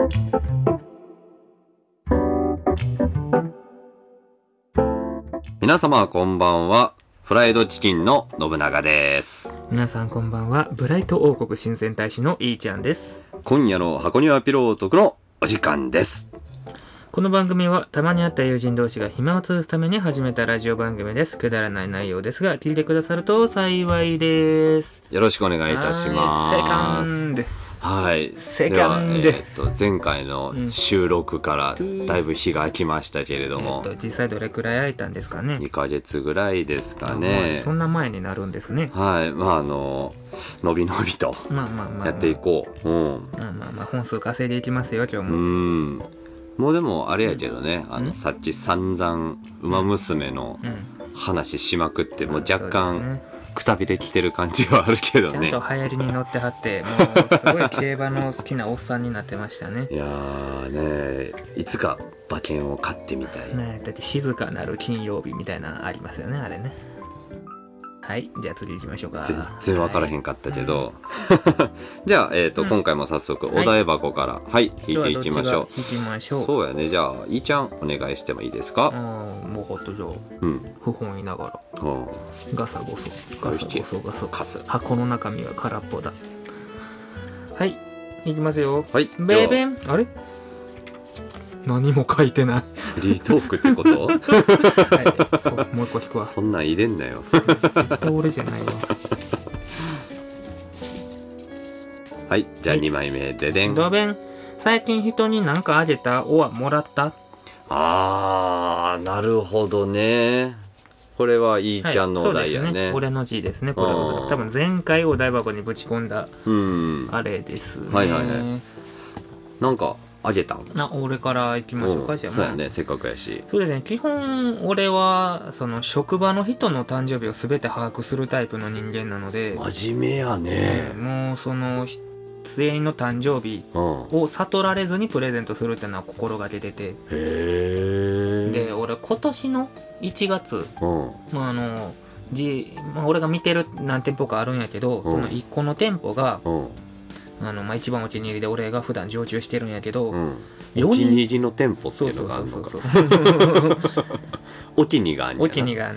皆様こんばんは。フライドチキンの信長です。 皆さんこんばんは。ブライト王国親善大使のいーちゃんです。 今夜の箱庭ピロートークのお時間です。 この番組はたまに会った友人同士が暇を潰すために始めたラジオ番組です。くだらない内容ですが聞いてくださると幸いです。 よろしくお願いいたします。 セカンド。 はい。 セカンド。 前回の収録からだいぶ日が空きましたけれども、 実際どれくらい空いたんですかね。 2ヶ月ぐらいですかね。 そんな前になるんですね。 はい。のびのびとやっていこう。 本数稼いでいきますよ今日も。 もうでもあれやけどね、さっき散々馬娘の話しまくって、もう若干くたびれきてる感じはあるけどね。 ちゃんと流行りに乗ってはってもうすごい競馬の好きなおっさんになってましたね。 いやーね、いつか馬券を買ってみたいね。だって静かなる金曜日みたいなありますよね、あれね。はい、じゃあ次行きましょうか。 全然分からへんかったけど、じゃあ、今回も早速お題箱から引いていきましょう。 引きましょう。 そうやね。じゃあいーちゃんお願いしてもいいですか。 もうほっとじゃあ、不本意ながらガサゴソカス、箱の中身は空っぽだ。はい、いきますよ。 はい、 ベーベン。あれ、何も書いてない。 フリートークってこと？はい、 もう一個聞くわ。 そんなん入れんなよ。 絶対俺じゃないわ。 はい、じゃあ2枚目ででん。 ドベン。最近人に何かあげたおはもらった？ なるほどね。これはいーちゃんのお題やね。 そうですね。俺の字ですね。これは多分前回お題箱にぶち込んだあれですね。 はいはいはい。なんかあげたん？ 俺から行きましょうか。じゃあそうやね、せっかくやし。 そうですね。基本俺はその職場の人の誕生日を全て把握するタイプの人間なので。 真面目やね。 もうその全員の誕生日を悟られずにプレゼントするっていうのは心がけてて。で俺今年の1月、俺が見てる何店舗かあるんやけど、その1個の店舗が一番お気に入りで俺が普段常駐してるんやけど、 お気に入りの店舗っていうのがあるのか。お気にがあんねん。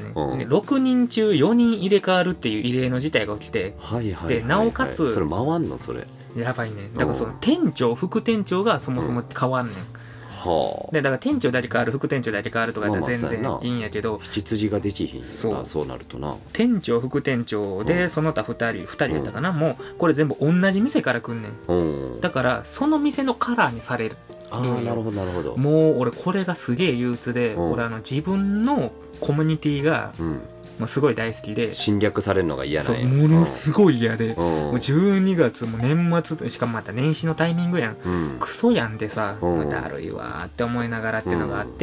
6人中4人入れ替わるっていう異例の事態が起きて、でなおかつそれ回んの？それやばいね。だからその店長副店長がそもそも変わんねん。でだから店長だけ変わる副店長だけ変わるとかやったら全然いいんやけど、 引き継ぎができひんよな。そうなるとな、 店長副店長でその他2人やったかな、もうこれ全部同じ店から来んねん。だからその店のカラーにされる。 なるほどなるほど。 もう俺これがすげえ憂鬱で、俺自分のコミュニティがもうすごい大好きで、 侵略されるのが嫌なんや。 ものすごい嫌で、もう12月も年末、しかもまた年始のタイミングやん、クソやんでさ、だるいわーって思いながらっていうのがあって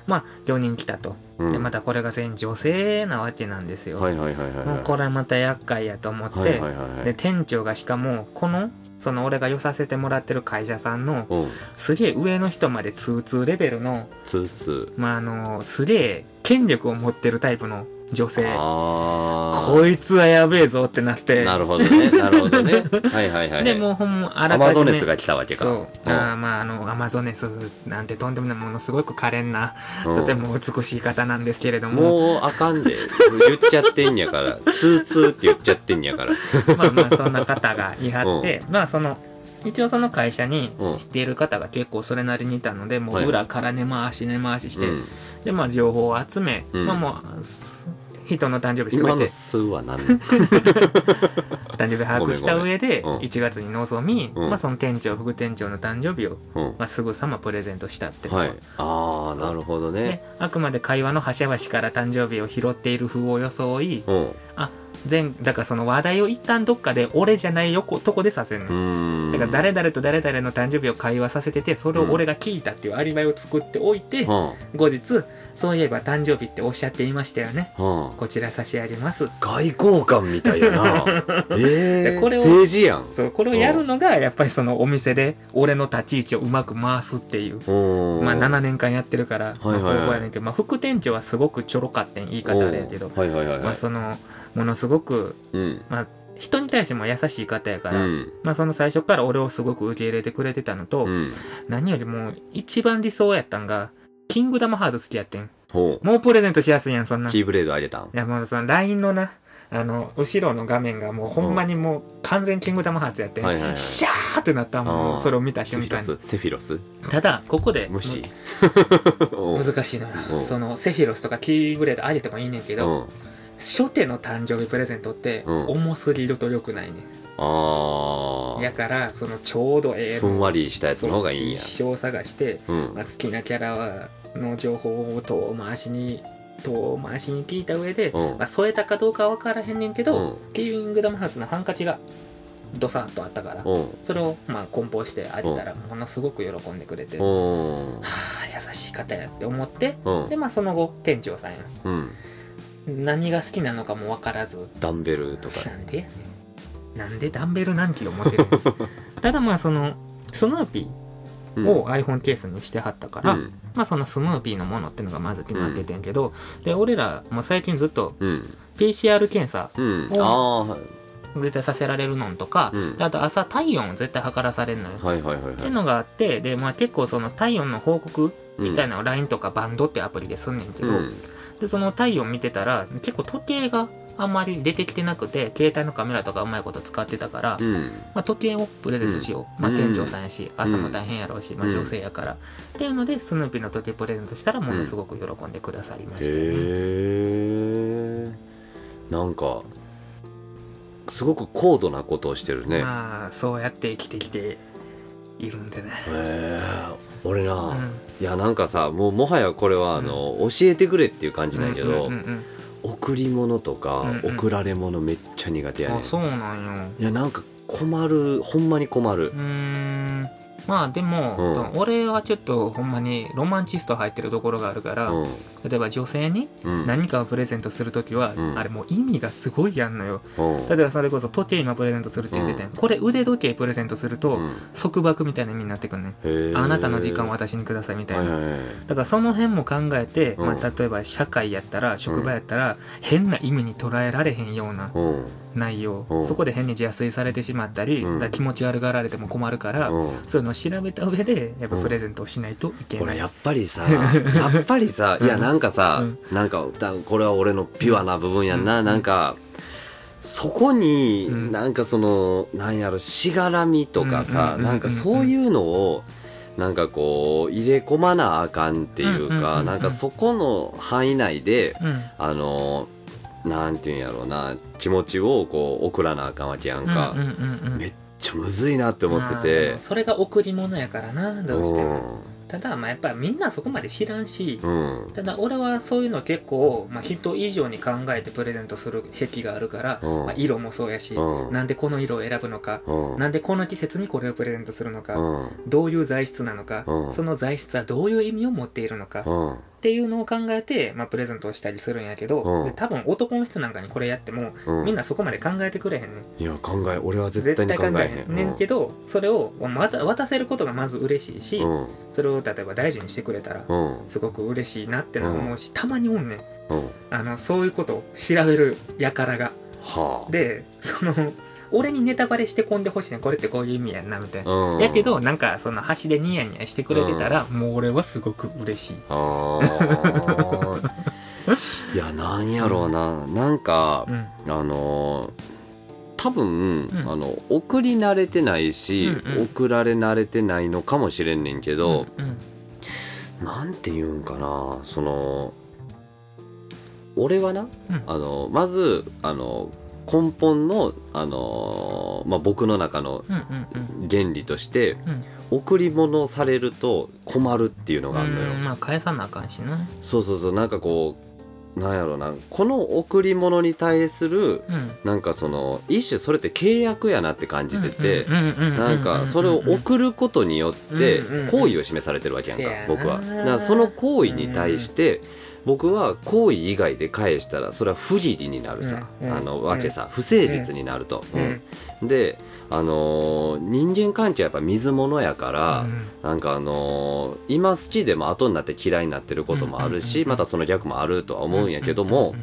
、4人来たと。でまたこれが全員女性なわけなんですよ。もうこれまた厄介やと思って、で店長がしかもその俺が寄させてもらってる会社さんのすげえ上の人までツーツーレベルのすげえ権力を持ってるタイプの女性。こいつはやべえぞってなって。 なるほどねなるほどね。 でもうアマゾネスが来たわけか。 そうアマゾネスなんてとんでもないものすごく可憐なとても美しい方なんですけれども、 もうあかんで言っちゃってんやからツーツーって言っちゃってんやからそんな方がいはって一応その会社に知っている方が結構それなりにいたので、もう裏から根回しして、で情報を集め、もう人の誕生日すべて今の数は何誕生日把握した上で1月に臨み、その店長副店長の誕生日を、すぐさまプレゼントしたってこと。 なるほどね。 あくまで会話の端々から誕生日を拾っている風を装い、だからその話題を一旦どっかで俺じゃないとこでさせるの。だから誰々と誰々の誕生日を会話させてて、それを俺が聞いたっていうアリバイを作っておいて、後日そういえば誕生日っておっしゃっていましたよね、こちら差し上げます。 外交官みたいやな。 でこれを政治やん。 そうこれをやるのがやっぱりそのお店で俺の立ち位置をうまく回すっていう、7年間やってるから方法やねんけど、副店長はすごくちょろかってん言い方あれやけど、そのものすごく、 人に対しても優しい方やから、 うん、 まあその最初から俺をすごく受け入れてくれてたのと、 うん、 何よりも一番理想やったんが、キングダムハーツ好きやってん。 ほう。 もうプレゼントしやすいやん、そんな。 キーブレードあげたん？ いやもうその LINE のな、後ろの画面がもうほんまにもう完全キングダムハーツやって、 はいはいはい、 シャーってなったもん、それを見た瞬間に。 セフィロスただ、ここで、 虫難しいのよ。そのセフィロスとかキーブレードあげてもいいねんけど、初手の誕生日プレゼントって重すぎると良くないねん。やからそのちょうどふんわりしたやつの方がいいんや。 一生探して、まあ、好きなキャラの情報を遠回しに聞いた上で、まあ、添えたかどうかは分からへんねんけど、キングダムハーツのハンカチがドサッとあったから、それをまあ梱包してあげたらものすごく喜んでくれて、はあ優しい方やって思って、でまあその後店長さんや、何が好きなのかも分からず、 ダンベルとかなんでダンベルなんて思ってるただまあそのスヌーピーを iPhone ケースにしてはったから、まあそのスヌーピーのものっていうのがまず決まっててんけど、で俺らも最近ずっと PCR 検査を絶対させられるのんとか、あと朝体温を絶対測らされるのよ、っていうのがあって、でまあ結構その体温の報告みたいなのを LINE とかバンドってアプリですんねんけど、でその体温見てたら結構時計があんまり出てきてなくて、携帯のカメラとかうまいこと使ってたから、まあ、時計をプレゼントしよう、まあ、店長さんやし朝も大変やろうし、まあ、女性やから、っていうのでスヌーピーの時計プレゼントしたらものすごく喜んでくださりましたね。 なんかすごく高度なことをしてるね。 まあそうやって生きてきているんでね。 俺な、いやなんかさ、もはやこれは教えてくれっていう感じなんやけど、贈り物とか贈られ物めっちゃ苦手やねん。 あ、そうなんよ。 いやなんか困る、ほんまに困る。 まあでも、俺はちょっとほんまにロマンチスト入ってるところがあるから、例えば女性に何かをプレゼントするときは、あれもう意味がすごいやんのよ。例えばそれこそ時計今プレゼントするって言ってて、これ腕時計プレゼントすると、束縛みたいな意味になってくんね。あなたの時間を私にくださいみたいな。だからその辺も考えて、まあ、例えば社会やったら職場やったら、変な意味に捉えられへんような内容、そこで変に自炊されてしまったり、だ気持ち悪がられても困るから、そういうのを調べた上でやっぱプレゼントをしないといけない。 これやっぱりさいやなんかさ、なんかこれは俺のピュアな部分やんな、なんかそこになんかそのなんやろしがらみとかさ、なんかそういうのをなんかこう入れ込まなあかんっていうか、なんかそこの範囲内でなんていうんやろうな、気持ちをこう送らなあかんわけやんか。めっちゃむずいなって思ってて、 それが贈り物やからな、どうしても。ただまあやっぱりみんなそこまで知らんし、ただ俺はそういうの結構、まあ、人以上に考えてプレゼントする癖があるから、まあ、色もそうやし、なんでこの色を選ぶのか、なんでこの季節にこれをプレゼントするのか、どういう材質なのか、その材質はどういう意味を持っているのか、っていうのを考えて、まあ、プレゼントをしたりするんやけど、で多分男の人なんかにこれやっても、みんなそこまで考えてくれへんねん。 いや俺は絶対に考えへんねんけど、それを渡せることがまず嬉しいし、それを例えば大事にしてくれたらすごく嬉しいなっての思うし、たまにおんねん、そういうことを調べる輩が、でその俺にネタバレしてこんでほしいねん、これってこういう意味やんなみたいな、やけどなんかその端でニヤニヤしてくれてたら、もう俺はすごく嬉しい。 いやなんやろうな、なんか、多分、送り慣れてないし、送られ慣れてないのかもしれんねんけど、なんて言うんかな、その俺はな、まず根本の、まあ、僕の中の原理として、贈り物されると困るっていうのがあるのよ。 まあ返さなあかんしな。 そうなんかこうなんやろな、この贈り物に対する、なんかその一種それって契約やなって感じてて、なんかそれを贈ることによって好意を示されてるわけやんか、僕は。だからその行為に対して僕は行為以外で返したらそれは不義理になるさ、わけさ、不誠実になると。で人間関係はやっぱ水物やから、なんか今好きでも後になって嫌いになってることもあるし、またその逆もあるとは思うんやけども、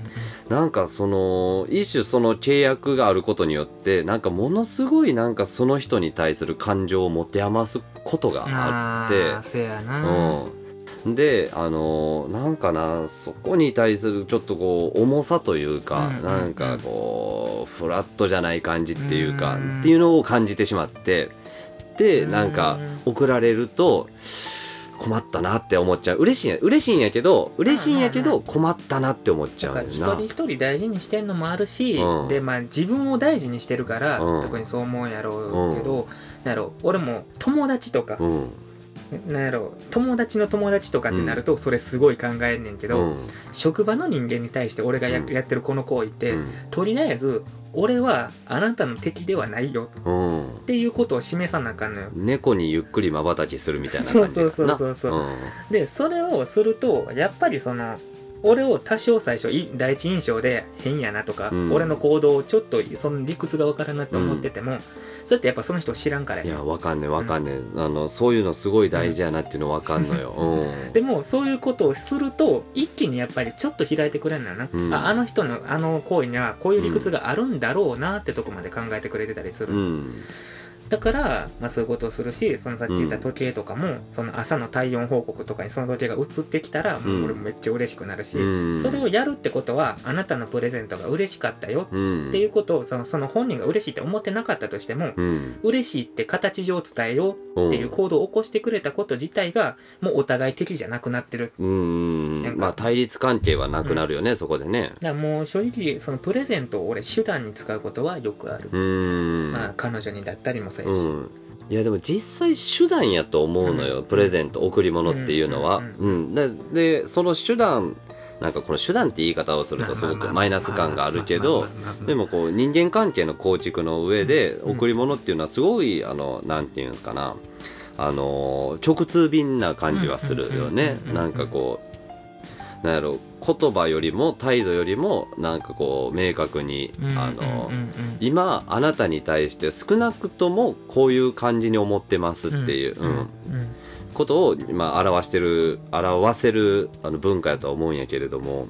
なんかその一種その契約があることによってなんかものすごいなんかその人に対する感情を持て余すことがあってせやな、 でなんかなそこに対するちょっとこう重さというか、なんかこうフラットじゃない感じっていうか、っていうのを感じてしまって、でなんか送られると困ったなって思っちゃう。嬉しいんやけど困ったなって思っちゃうんだよな。 一人一人大事にしてんのもあるし、でまあ自分を大事にしてるから、特にそう思うんやろうけど、なんやろ俺も友達とか、なんやろ友達の友達とかってなるとそれすごい考えんねんけど、職場の人間に対して俺がやってるこの行為って、とりあえず俺はあなたの敵ではないよっていうことを示さなあかんのよ。 猫にゆっくり瞬きするみたいな感じだな。 そう、でそれをするとやっぱりその俺を多少最初第一印象で変やなとか、俺の行動をちょっとその理屈が分からんなって思ってても、そうやってやっぱその人を知らんからや。 いや分かんねえ、そういうのすごい大事やなっていうの分かんのよ、 でもそういうことをすると一気にやっぱりちょっと開いてくれんのよな、あの人のあの行為にはこういう理屈があるんだろうなってとこまで考えてくれてたりする、だから、まあ、そういうことをするし、そのさっき言った時計とかも、その朝の体温報告とかにその時計が移ってきたら、もう俺もめっちゃ嬉しくなるし、それをやるってことはあなたのプレゼントが嬉しかったよっていうことを、その本人が嬉しいって思ってなかったとしても、嬉しいって形上伝えようっていう行動を起こしてくれたこと自体がもうお互い敵じゃなくなってる。 まあ対立関係はなくなるよね、そこでね。 だからもう正直そのプレゼントを俺手段に使うことはよくある。まあ彼女にだったりもそうやし、 いやでも実際手段やと思うのよ、プレゼント贈り物っていうのは。でその手段なんかこの手段って言い方をするとすごくマイナス感があるけど、でもこう人間関係の構築の上で贈り物っていうのはすごいなんていうんかな、直通便な感じはするよね。なんかこうなんやろ言葉よりも態度よりもなんかこう明確に今あなたに対して少なくともこういう感じに思ってますっていうことをまあ表せる文化やとは思うんやけれども、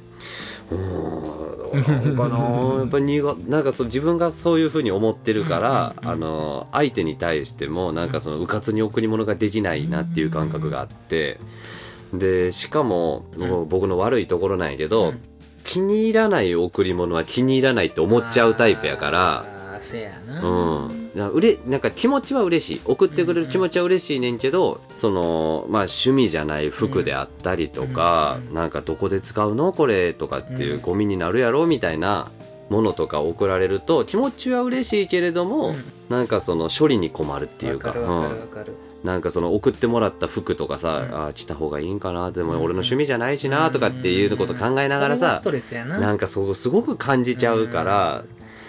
なんかなやっぱりなんか自分がそういうふうに思ってるから相手に対してもなんかそのうかつに贈り物ができないなっていう感覚があって、でしかも、僕の悪いところなんやけど、気に入らない贈り物は気に入らないって思っちゃうタイプやから、 せやな、 なんか気持ちは嬉しい、送ってくれる気持ちは嬉しいねんけど、そのまあ趣味じゃない服であったりとか、なんかどこで使うのこれとかっていうゴミになるやろみたいなものとか送られると気持ちは嬉しいけれども、なんかその処理に困るっていうか、なんかその送ってもらった服とかさ、着た方がいいんかな、でも俺の趣味じゃないしなとかっていうこと考えながらさ、なんかそうすごく感じちゃうから、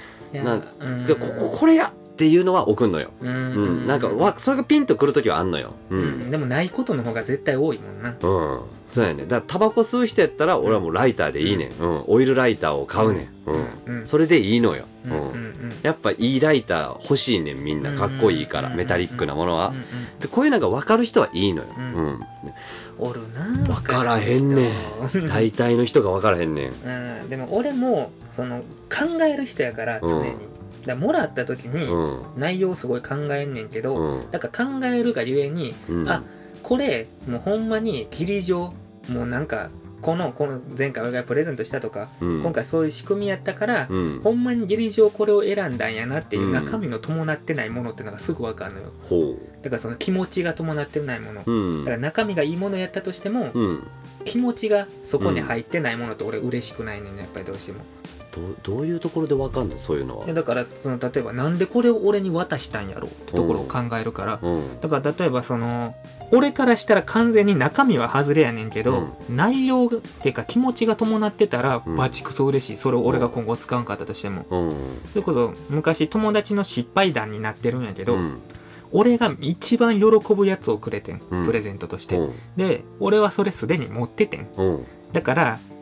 これやっていうのは送んのよ。なんかそれがピンとくるときはあんのよ。 でもないことの方が絶対多いもんな。 そうやね。だからタバコ吸う人やったら俺はもうライターでいいねん。オイルライターを買うねん。それでいいのよ。やっぱいいライター欲しいねん、みんなかっこいいから、メタリックなものは。でこういうのが分かる人はいいのよ。 おるな。 分からへんねん。大体の人が分からへんねん。でも俺もその考える人やから常に。だもらった時に内容すごい考えんねんけど、だから考えるがゆえに、あこれもうほんまに義理上もうなんかこの前回俺がプレゼントしたとか、今回そういう仕組みやったから、ほんまに義理上これを選んだんやなっていう中身の伴ってないものっていうのがすぐ分かるのよ。だからその気持ちが伴ってないもの、だから中身がいいものやったとしても、気持ちがそこに入ってないものって俺嬉しくないねんね、やっぱりどうしても。 どういうところで分かんのそういうのは。 だからその例えばなんでこれを俺に渡したんやろうってところを考えるから、だから例えばその俺からしたら完全に中身は外れやねんけど、内容っていうか気持ちが伴ってたらバチクソ嬉しい。それを俺が今後使うんかったとしても、それこそ昔友達の失敗談になってるんやけど、俺が一番喜ぶやつをくれてん、プレゼントとして。で俺はそれすでに持っててん。だから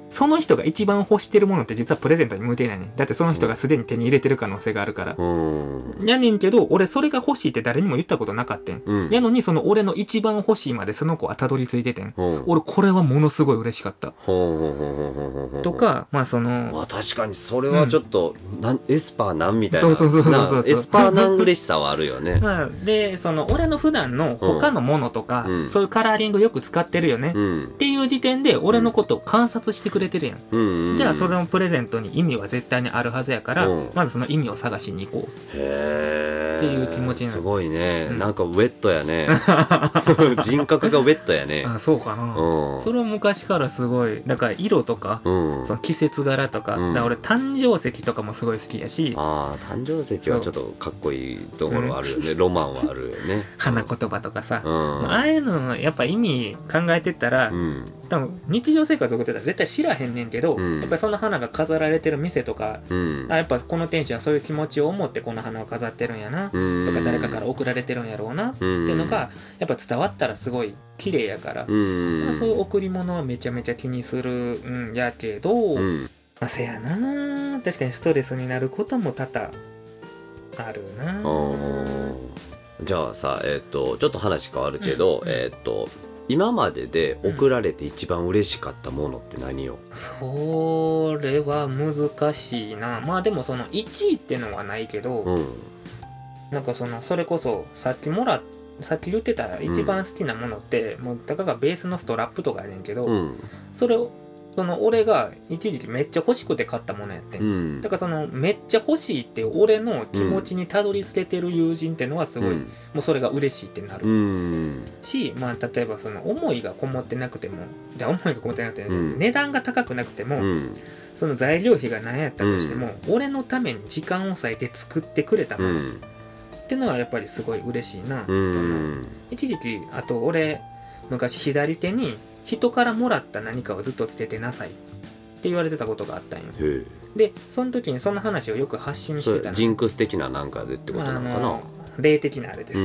その人が一番欲してるものって実はプレゼントに向いてないねん。だってその人がすでに手に入れてる可能性があるから。やねんけど、俺それが欲しいって誰にも言ったことなかったん。やのにその俺の一番欲しいまでその子はたどり着いててん。俺これはものすごい嬉しかった。とか、まあその。 まあ確かにそれはちょっと、エスパーなんみたいな。 そう。 エスパーなん嬉しさはあるよね。 まあ、で、その俺の普段の他のものとか、そういうカラーリングよく使ってるよね。っていう時点で俺のことを観察してくれてるやん。じゃあそれのプレゼントに意味は絶対にあるはずやから、まずその意味を探しに行こうっていう気持ちになる。 すごいね、なんかウェットやね人格がウェットやね。 あ、そうかな、それは昔からすごい。だから色とか、その季節柄とか、だから俺誕生石とかもすごい好きやし。 誕生石はちょっとかっこいいところあるよね、ロマンはあるよね。 花言葉とかさ、ああいうのやっぱ意味考えてったら、多分日常生活を送ってたら絶対知らへんねんけど、やっぱりその花が飾られてる店とか、やっぱこの店主はそういう気持ちを思ってこの花を飾ってるんやな、とか誰かから送られてるんやろうなっていうのがやっぱ伝わったらすごい綺麗やから、そういう贈り物はめちゃめちゃ気にするんやけど、せやな、確かにストレスになることも多々あるな。 じゃあさ、ちょっと話変わるけど、今までで贈られて一番嬉しかったものって何よ？ それは難しいな。まあでもその1位ってのはないけど、なんかそれこそさっき言ってた一番好きなものって、もうたかがベースのストラップとかやねんけど、それを俺が一時期めっちゃ欲しくて買ったものやってん、だからめっちゃ欲しいって俺の気持ちにたどり着けてる友人ってのはすごい、もうそれが嬉しいってなる、し、まあ例えば思いがこもってなくても、値段が高くなくても、その材料費が何やったとしても、俺のために時間を割いて作ってくれたもの、ってのはやっぱりすごい嬉しいな。一時期あと俺昔左手に人からもらった何かをずっとつけてなさいって言われてたことがあったんよ。でその時にその話をよく発信してたの。 ジンクス的ななんかでってことなのかな。 霊的なあれです。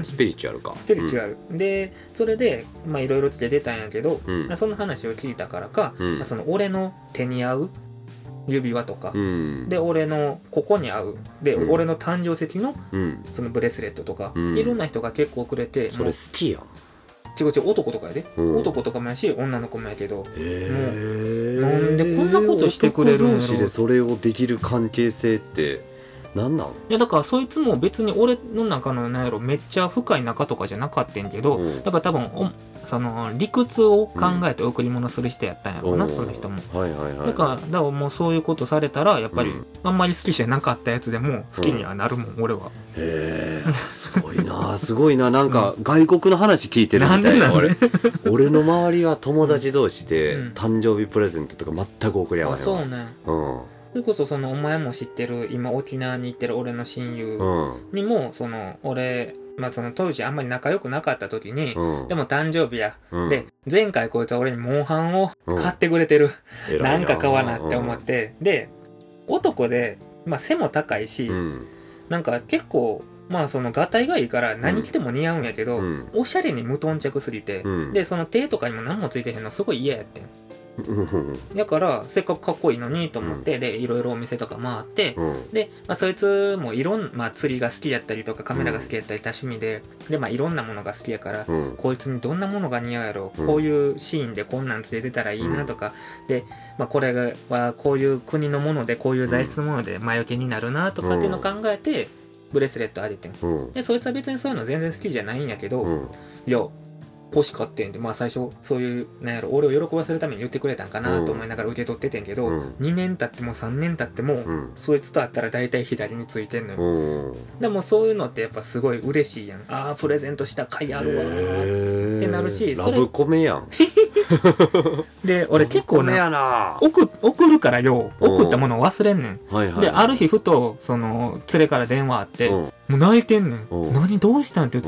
スピリチュアルか。 スピリチュアル、でそれでまあいろいろつけてたんやけど、その話を聞いたからか、俺の手に合う指輪とか、で俺のここに合うで、俺の誕生石のそのブレスレットとか、いろんな人が結構くれて。 それ好きやん。 男とかやで、男とかもやし女の子もやけど、もうなんでこんなことしてくれるんやろ。 男同士でそれをできる関係性ってなんなん？いやだからそいつも別に俺の中のなんやろめっちゃ深い仲とかじゃなかったんけど、だから多分理屈を考えて贈り物する人やったんやろうな、その人も。だからもうそういうことされたらやっぱり、あんまり好きじゃなかったやつでも好きにはなるもん、俺は。 へえ、すごいなすごいな。なんか外国の話聞いてるみたいな。俺の周りは友達同士で誕生日プレゼントとか全く贈り合わへんわ。 そうね。それこそお前も知ってる今沖縄に行ってる俺の親友にも俺まあ当時あんまり仲良くなかった時に、でも誕生日や、で前回こいつは俺にモンハンを買ってくれてる、なんか買わなって思って、で男で、まあ、背も高いし、なんか結構まあがたいがいいから何着ても似合うんやけど、おしゃれに無頓着すぎて、で手とかにも何もついてへんのすごい嫌やってん。だからせっかくかっこいいのにと思って、でいろいろお店とか回って、で、まあ、そいつもまあ、釣りが好きやったりとかカメラが好きやったり多趣味で、まあ、いろんなものが好きやから、こいつにどんなものが似合うやろ、こういうシーンでこんなんつけてたらいいなとか、で、まあ、これはこういう国のものでこういう材質のもので魔除けになるなとかっていうのを考えてブレスレットあげてん、でそいつは別にそういうの全然好きじゃないんやけど、いや欲しかってんで、まあ最初そういうなんやろ俺を喜ばせるために言ってくれたんかなと思いながら受け取っててんけど、2年経っても3年経っても、そいつと会ったら大体左についてんのよ。でもそういうのってやっぱすごい嬉しいやん。ああプレゼントした甲斐あるわってなるし、 ラブコメやん。 で俺結構ね送るからよ、送ったものを忘れんねん。である日ふと連れから電話あって、もう泣いてんねん。何どうしたんって言ったら、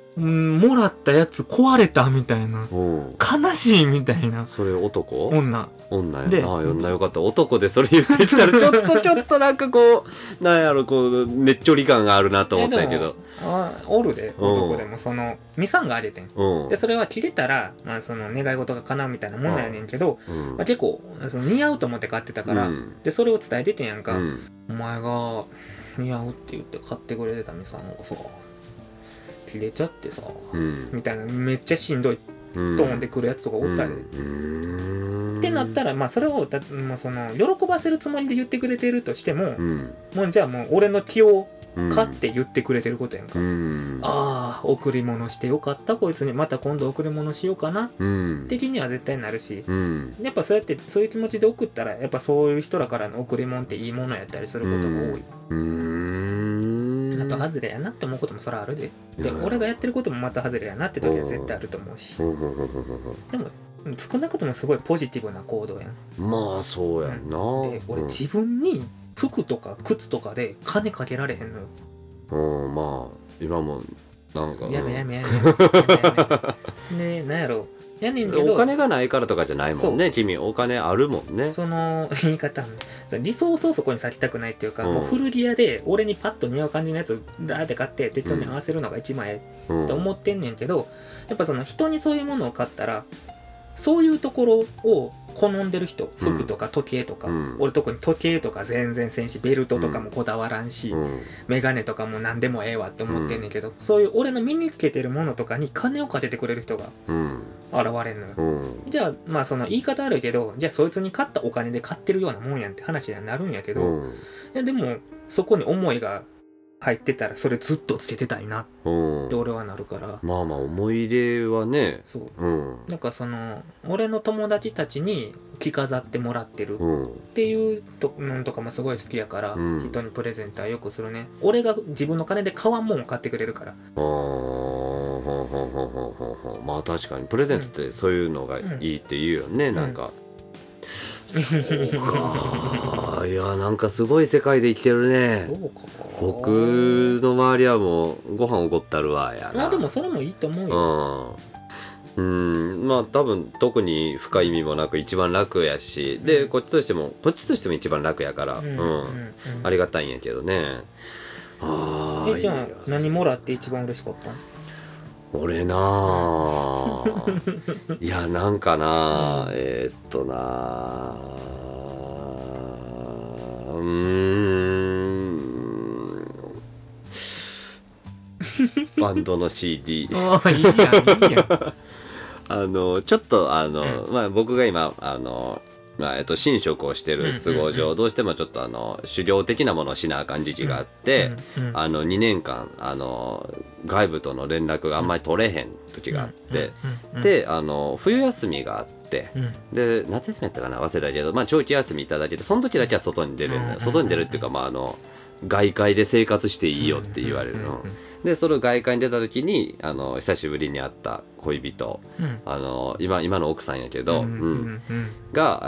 もらったやつ壊れたみたいな、悲しいみたいな。 それ男？ 女やで、女よかった。男でそれ言ってきたらちょっとなんかこうなんやろ、こうねっちょり感があるなと思ったんやけど、 おるで、男でもそのミサンがあれてん、でそれは切れたら、まあ、その願い事が叶うみたいなものやねんけど、まあ、結構その似合うと思って買ってたから、でそれを伝えててんやんか、お前が似合うって言って買ってくれてたミサンがさ切れちゃってさ、みたいな、めっちゃしんどいトーンで来るやつとかおったで、ってなったら、まあそれをもうその喜ばせるつもりで言ってくれてるとしても、もうじゃあもう俺の気を買って言ってくれてることやんか、ああ贈り物してよかったこいつに、また今度贈り物しようかな、的には絶対なるし、やっぱそうやってそういう気持ちで送ったら、やっぱそういう人らからの贈り物っていいものやったりすることが多い。的外れやなって思うこともそらあるで、で俺がやってることも的外れやなって時は絶対あると思うし、でも少なくともすごいポジティブな行動やん。 まあそうやんな。 で俺自分に服とか靴とかで金かけられへんのよ。まあ今もなんかやめね、なんやろ、やねんけどお金がないからとかじゃないもんね。君お金あるもんね。 その言い方、リソースをそこに割きたくないっていうか、もう古着屋で俺にパッと似合う感じのやつダーって買って適当に合わせるのが一番ええって思ってんねんけど、やっぱその人にそういうものを買ったら、そういうところを好んでる人、服とか時計とか、俺特に時計とか全然せんし、ベルトとかもこだわらんし、メガネとかも何でもええわって思ってんねんけど、そういう俺の身につけてるものとかに金をかけてくれる人が現れんのよ、じゃあまあその言い方悪いけど、じゃあそいつに買ったお金で買ってるようなもんやんって話になるんやけど、いやでもそこに思いが入ってたらそれずっとつけてたいなって俺はなるから、 まあまあ思い入れはね、 そう、なんかその俺の友達たちに着飾ってもらってるっていうのとかもすごい好きやから、人にプレゼントはよくするね。俺が自分の金で買わんもんを買ってくれるから。 まあ確かにプレゼントってそういうのがいいって言うよね、なんか。そうかいやなんかすごい世界で生きてるね。 そうか僕の周りはもうご飯おごったるわやな。 でもそれもいいと思うよ。 まあ多分特に深い意味もなく一番楽やし、でこっちとしても一番楽やから、ありがたいんやけどね。 じゃあ何もらって一番嬉しかったん？ 俺なあいやなんかなバンドの CD いいやんちょっとまあ僕が今寝食をしてる都合上、どうしてもちょっと修行的なものをしなあかん時期があって、2年間外部との連絡があんまり取れへん時があって、で冬休みがあって、で夏休みやったかな忘れたけど、まあ、長期休みいただけて、その時だけは外に出るのよ。外に出るっていうか、まあ外界で生活していいよって言われるの。でその外界に出た時に久しぶりに会った恋人、今の奥さんやけど、が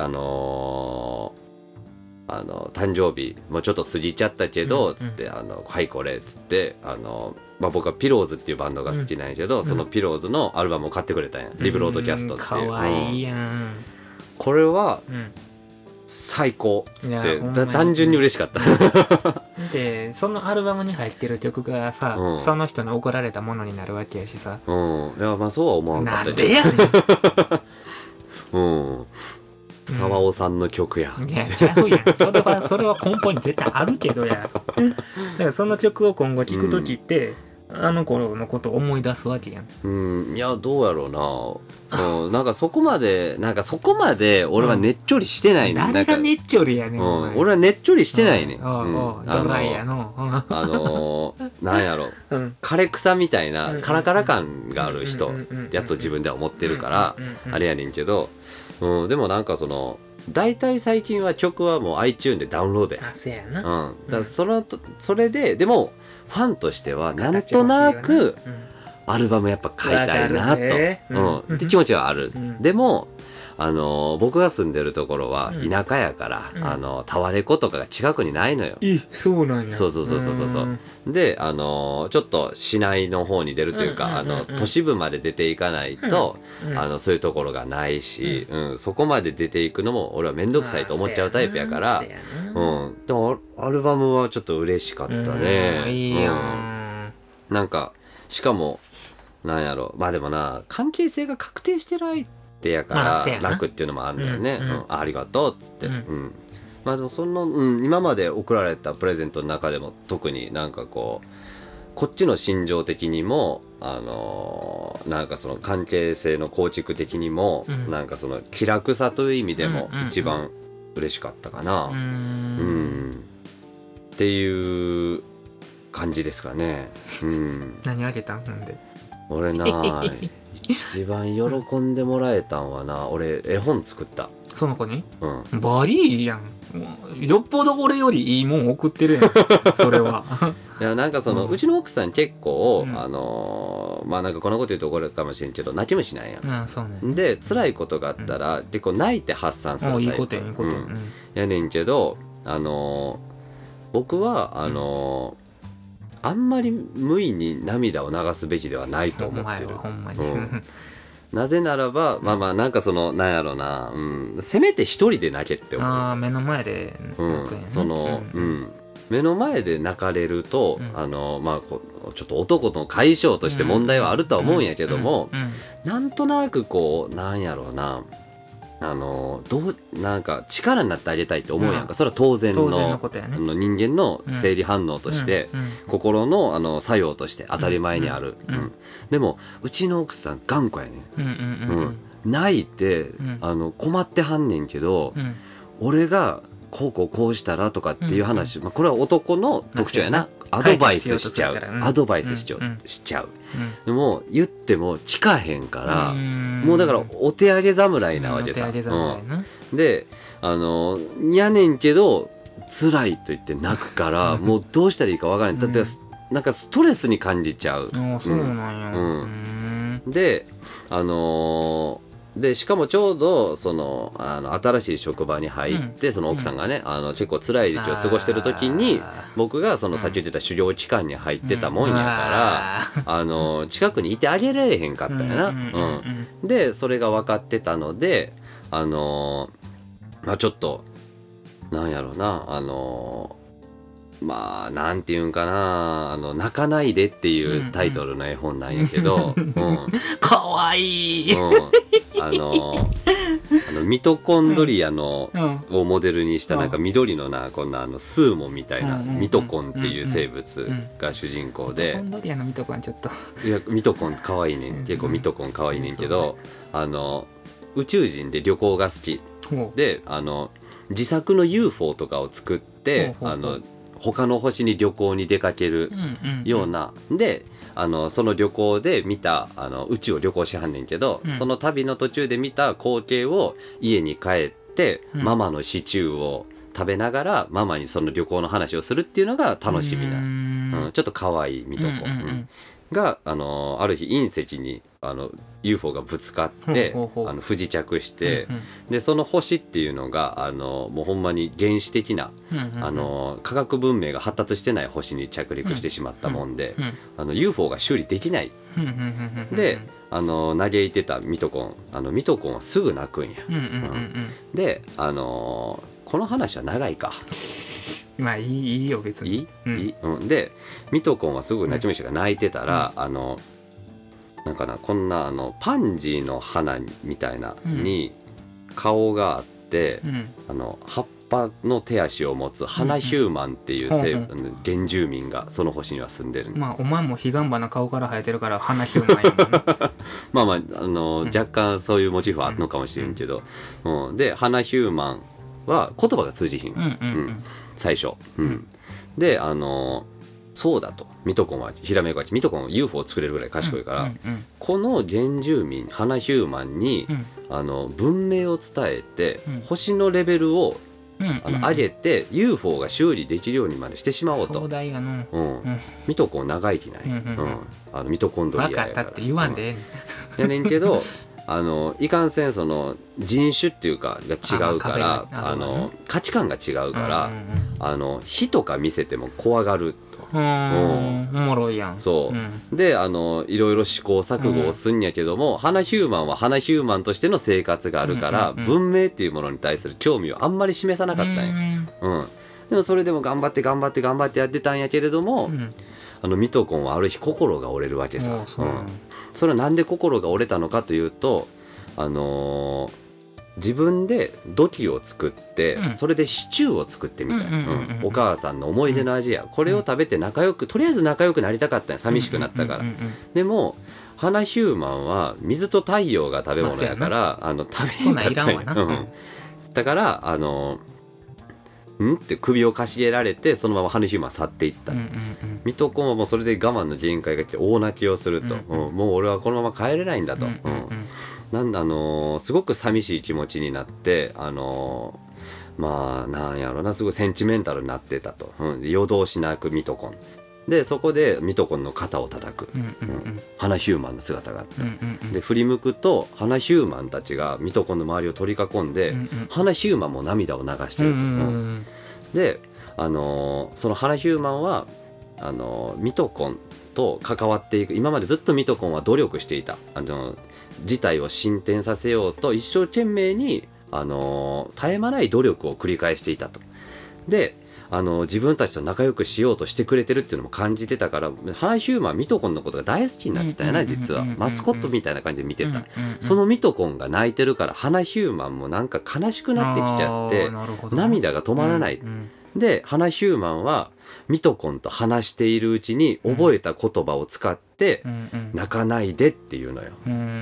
誕生日もうちょっと過ぎちゃったけど、つってはいこれっつってまあ、僕はピローズっていうバンドが好きなんやけど、そのピローズのアルバムを買ってくれたんや、リブロードキャストっていう。 かわいいやん。 これは、最高っつって単純に嬉しかったでそのアルバムに入ってる曲がさ、その人に贈られたものになるわけやしさ、 いやまあそうは思わんかったけど、 なんでやねん沢尾さんの曲や。 いやちゃうやん、それは根本に絶対あるけどやだからその曲を今後聴くときって、あの頃のことを思い出すわけやん。 いやどうやろうな、なんかそこまで俺はねっちょりしてないね、 誰がねっちょりやねん、 俺はねっちょりしてないね、 ドライやのなんやろ、枯れ草みたいなカラカラ感がある人やっと自分では思ってるからあれやねんけど、でもなんか大体最近は曲はもう iTunes でダウンロードや。 そうやな。 だからそれでもファンとしてはなんとなくアルバムやっぱ買いたいなと、って気持ちはある。でも僕が住んでるところは田舎やから、タワレコとかが近くにないのよ。 そうなんや。 そうでちょっと市内の方に出るというか、都市部まで出ていかないと、そういうところがないし、そこまで出ていくのも俺は面倒くさいと思っちゃうタイプやから、でもアルバムはちょっと嬉しかったね。 いいやん。 なんかしかもなんやろ、まあでもな、関係性が確定してる相手やから楽っていうのもあるんだよね。ありがとうっつって、まあでも今まで送られたプレゼントの中でも特になんかこっちの心情的にもなんかその関係性の構築的にも、なんかその気楽さという意味でも一番嬉しかったかな。っていう感じですかね。 何あげたんで。 俺な一番喜んでもらえたんはな、俺絵本作った。 その子に、バリーやん。よっぽど俺よりいいもん送ってるやんそれは。 いやなんかうちの奥さん結構、まあなんかこんなこと言うと怒るかもしれんけど泣き虫なんや。 そうね。 で辛いことがあったら、結構泣いて発散するタイプ。 いいことやいいことや。 やねんけど僕はあんまり無意に涙を流すべきではないと思ってる。 ほんまに。 なぜならば、まあなんかなんやろな、せめて一人で泣けって思う。 目の前で泣くんやね。 目の前で泣かれると、まあちょっと男の解消として問題はあるとは思うんやけども、なんとなくなんやろうな、なんか力になってあげたいって思うやんか。それは当然のことやね。 人間の生理反応として、心の作用として当たり前にある。でもうちの奥さん頑固やね。泣いて困ってはんねんけど、俺がこうしたらとかっていう話、これは男の特徴やな。アドバイスしちゃう。でも言っても聞かへんから、もうだからお手上げ侍なわけさ。でやねんけど辛いと言って泣くからもうどうしたらいいか分からない。だってなんかストレスに感じちゃう。 そうなんや。 でしかもちょうど新しい職場に入って、その奥さんがね、結構辛い時期を過ごしてる時に僕がさっき言ってた修行期間に入ってたもんやから、近くにいてあげられへんかったんやな。でそれが分かってたのでまあちょっとなんやろうな、まあなんていうんかな、泣かないでっていうタイトルの絵本なんやけど、 かわいい。 ミトコンドリアをモデルにしたなんか緑のこんなスーモンみたいなミトコンっていう生物が主人公で、 ミトコンドリアのミトコンちょっといやミトコンかわいいねん。結構ミトコンかわいいねんけど、宇宙人で旅行が好きで自作の UFO とかを作って他の星に旅行に出かけるような、でその旅行で見た宇宙を旅行しはんねんけど、その旅の途中で見た光景を家に帰って、ママのシチューを食べながらママにその旅行の話をするっていうのが楽しみな、ちょっと可愛いミトコンがある日隕石にUFO がぶつかって不時着して、でその星っていうのがもうほんまに原始的な科学文明が発達してない星に着陸してしまったもんで、UFO が修理できない。で嘆いてたミトコンミトコンはすぐ泣くんや。でこの話は長いか。 まあいいよ別に。 でミトコンはすごい泣き虫が泣いてたら、なんかな、こんなパンジーの花みたいなに顔があって、葉っぱの手足を持つ花ヒューマンっていう原住民がその星には住んでる。 まあお前もヒガンバな顔から生えてるから花ヒューマンやもんね。 まあまあ若干そういうモチーフはあるのかもしれんけど、で花ヒューマンは言葉が通じひん、最初。でそうだと、ミトコンはひらめかち、ミトコンは UFO を作れるぐらい賢いから、この原住民花ヒューマンに、文明を伝えて、星のレベルを上げて UFO が修理できるようにまでしてしまおうと。 壮大やな。 ミトコン長生きない、ミトコンドリアやから。 分かったって言わんでやねんけどいかんせんその人種っていうかが違うから価値観が違うから、火とか見せても怖がると。 おもろいやん。 そう、でいろいろ試行錯誤をすんやけども、花ヒューマンは花ヒューマンとしての生活があるから、文明っていうものに対する興味をあんまり示さなかったんや。でもそれでも頑張ってやってたんやけれども、ミトコンはある日心が折れるわけさ。それはなんで心が折れたのかというと、自分で土器を作って、それでシチューを作ってみたい。お母さんの思い出の味や、これを食べてとりあえず仲良くなりたかったんや、寂しくなったから。でも花ヒューマンは水と太陽が食べ物やから、食べへんかったんや。だからって首をかしげられて、そのまま花ヒューマン去っていった。ミトコンはもうそれで我慢の限界が来て大泣きをすると。もう俺はこのまま帰れないんだと。すごく寂しい気持ちになって、まあなんやろな、すごいセンチメンタルになってたと。夜通し泣くミトコンで、そこでミトコンの肩を叩く、花ヒューマンの姿があった。で振り向くと花ヒューマンたちがミトコンの周りを取り囲んで、花ヒューマンも涙を流してると。でその花ヒューマンはミトコンと関わっていく。今までずっとミトコンは努力していた。事態を進展させようと一生懸命に絶え間ない努力を繰り返していたと。で自分たちと仲良くしようとしてくれてるっていうのも感じてたから、花ヒューマンはミトコンのことが大好きになってたよな。実はマスコットみたいな感じで見てた。そのミトコンが泣いてるから、花ヒューマンもなんか悲しくなってきちゃって、涙が止まらない。で花ヒューマンはミトコンと話しているうちに覚えた言葉を使って泣かないでっていうのよ。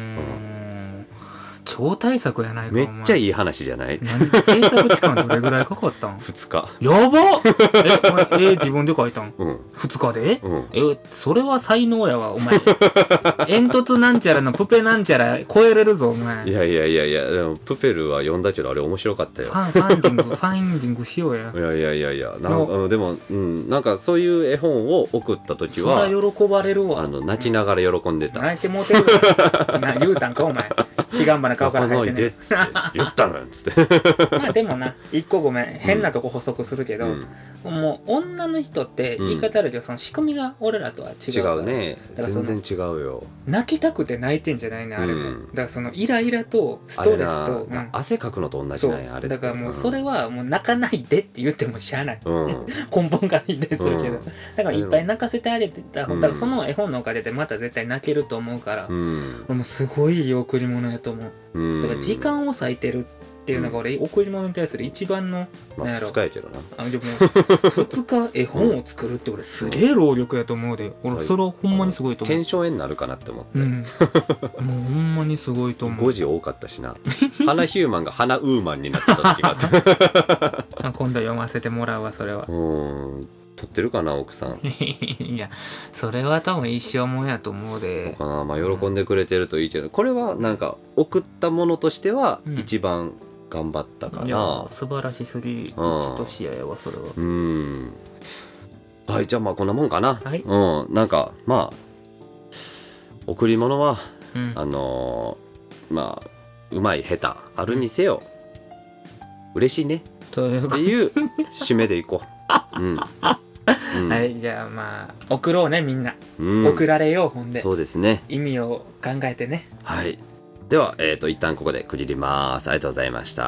超大作やないか。 めっちゃいい話じゃない？ 制作期間どれぐらいかかったん ？2日。 やば自分で書いたん？2日で？それは才能やわ、お前。煙突なんちゃらのプペなんちゃら超えれるぞ、お前。 いやでもプペルは読んだけどあれ面白かったよ。 ファインディングしようや。 いやでもなんかそういう絵本を送った時はそりゃ喜ばれるわ。 泣きながら喜んでた。 泣いてもうてるわ。言うたんか、お前。彼岸花顔から入ってねっつって言ったのよっつってまあでもな、一個ごめん、変なとこ補足するけど、もう女の人って言い方あるけど、その仕組みが俺らとは違うから。 違うね。全然違うよ。 泣きたくて泣いてんじゃないね、あれも。だからそのイライラとストレスと、 汗かくのと同じなんや、あれ。 だからもうそれはもう泣かないでって言ってもしゃあない。根本から言いたりするけど、だからいっぱい泣かせてあげてた方が、その絵本のおかげでまた絶対泣けると思うから、もうすごいいい贈り物やと思う。だから時間を割いてるっていうのが俺、贈り物に対する一番の、 2日やけどな。 でも2日絵本を作るって俺すげえ労力やと思うで。俺それはほんまにすごいと思う。 検証絵になるかなって思って。 もうほんまにすごいと思う。 5時多かったしな。花ヒューマンが花ウーマンになってた時があって今度読ませてもらうわ、それは。 撮ってるかな、奥さん。 いや、それは多分一生もんやと思うで。 そうかな。喜んでくれてるといいけど、これはなんか送ったものとしては一番頑張ったかな。 いや、素晴らしすぎ1と試合やわ、それは。 はい、じゃあまあこんなもんかな。 はい。 なんかまあ贈り物はまあうまい下手あるにせよ嬉しいねっていう締めでいこう。 はい、じゃあまあ送ろうね、みんな。送られよう、ほんで。 そうですね。 意味を考えてね。 はい。では一旦ここで区切ります。ありがとうございました。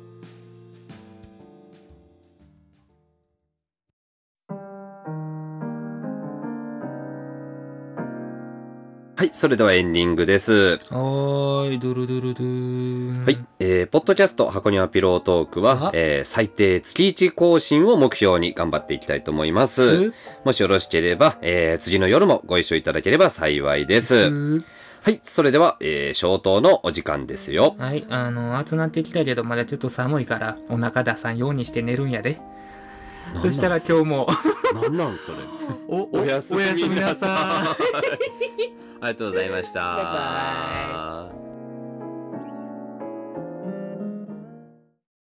はい、それではエンディングです。 ドゥルドゥルドゥ。 はい、ポッドキャスト箱庭ピロートークは、最低月1更新を目標に頑張っていきたいと思います。もしよろしければ、次の夜もご一緒いただければ幸いです。はい、それでは、消灯のお時間ですよ。 はい、暑なってきたけど、まだちょっと寒いから、お腹出さんようにして寝るんやで。そしたら今日も。 なんなんそれ。おやすみなさい。ありがとうございました。 バイバイ。